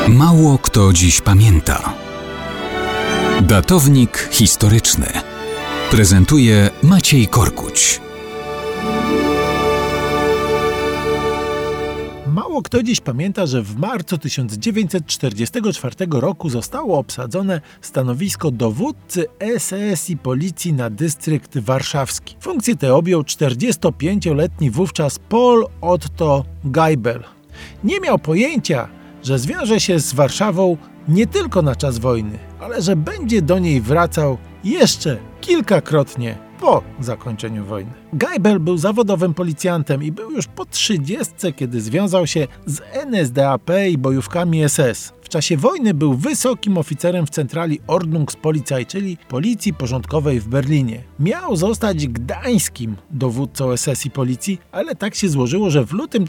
Mało kto dziś pamięta. Datownik historyczny prezentuje Maciej Korkuć. Mało kto dziś pamięta, że w marcu 1944 roku zostało obsadzone stanowisko dowódcy SS i policji na dystrykt warszawski. Funkcję tę objął 45-letni wówczas Paul Otto Geibel. Nie miał pojęcia, że zwiąże się z Warszawą nie tylko na czas wojny, ale że będzie do niej wracał jeszcze kilkakrotnie po zakończeniu wojny. Geibel był zawodowym policjantem i był już po 30, kiedy związał się z NSDAP i bojówkami SS. W czasie wojny był wysokim oficerem w centrali Ordnungspolizei, czyli policji porządkowej w Berlinie. Miał zostać gdańskim dowódcą SS i policji, ale tak się złożyło, że w lutym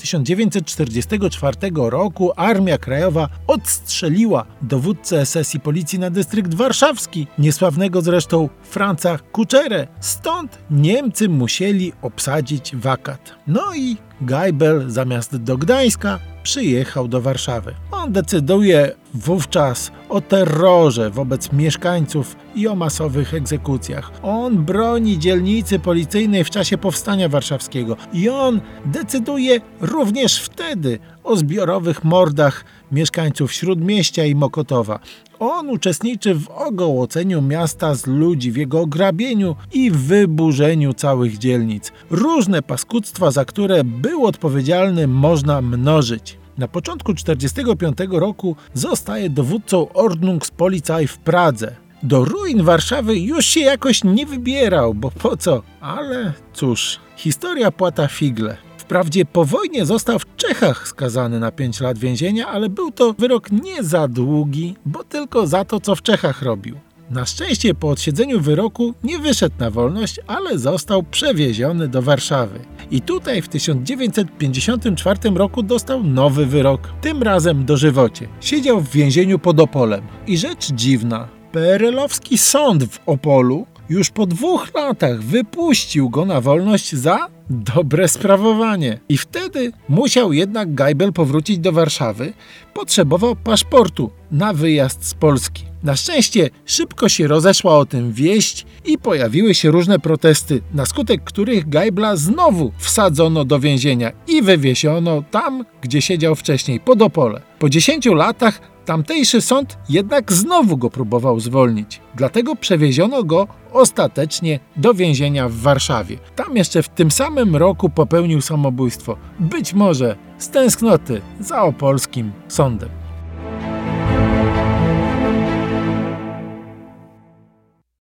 1944 roku Armia Krajowa odstrzeliła dowódcę SS i policji na dystrykt warszawski, niesławnego zresztą Franza Kuczerę. Stąd Niemcy musieli obsadzić wakat. No i Geibel zamiast do Gdańska przyjechał do Warszawy. On decyduje wówczas o terrorze wobec mieszkańców i o masowych egzekucjach. On broni dzielnicy policyjnej w czasie Powstania Warszawskiego i on decyduje również wtedy o zbiorowych mordach mieszkańców Śródmieścia i Mokotowa. On uczestniczy w ogołoceniu miasta z ludzi, w jego ograbieniu i wyburzeniu całych dzielnic. Różne paskudztwa, za które był odpowiedzialny, można mnożyć. Na początku 1945 roku zostaje dowódcą Ordnungspolizei w Pradze. Do ruin Warszawy już się jakoś nie wybierał, bo po co? Ale cóż, historia płata figle. Wprawdzie po wojnie został w Czechach skazany na 5 lat więzienia, ale był to wyrok nie za długi, bo tylko za to, co w Czechach robił. Na szczęście po odsiedzeniu wyroku nie wyszedł na wolność, ale został przewieziony do Warszawy. I tutaj w 1954 roku dostał nowy wyrok, tym razem dożywocie. Siedział w więzieniu pod Opolem. I rzecz dziwna, PRL-owski sąd w Opolu już po 2 latach wypuścił go na wolność za dobre sprawowanie. I wtedy musiał jednak Geibel powrócić do Warszawy. Potrzebował paszportu na wyjazd z Polski. Na szczęście szybko się rozeszła o tym wieść i pojawiły się różne protesty, na skutek których Geibla znowu wsadzono do więzienia i wywiesiono tam, gdzie siedział wcześniej, pod Opole. Po 10 latach tamtejszy sąd jednak znowu go próbował zwolnić. Dlatego przewieziono go ostatecznie do więzienia w Warszawie. Tam jeszcze w tym samym roku popełnił samobójstwo. Być może z tęsknoty za opolskim sądem.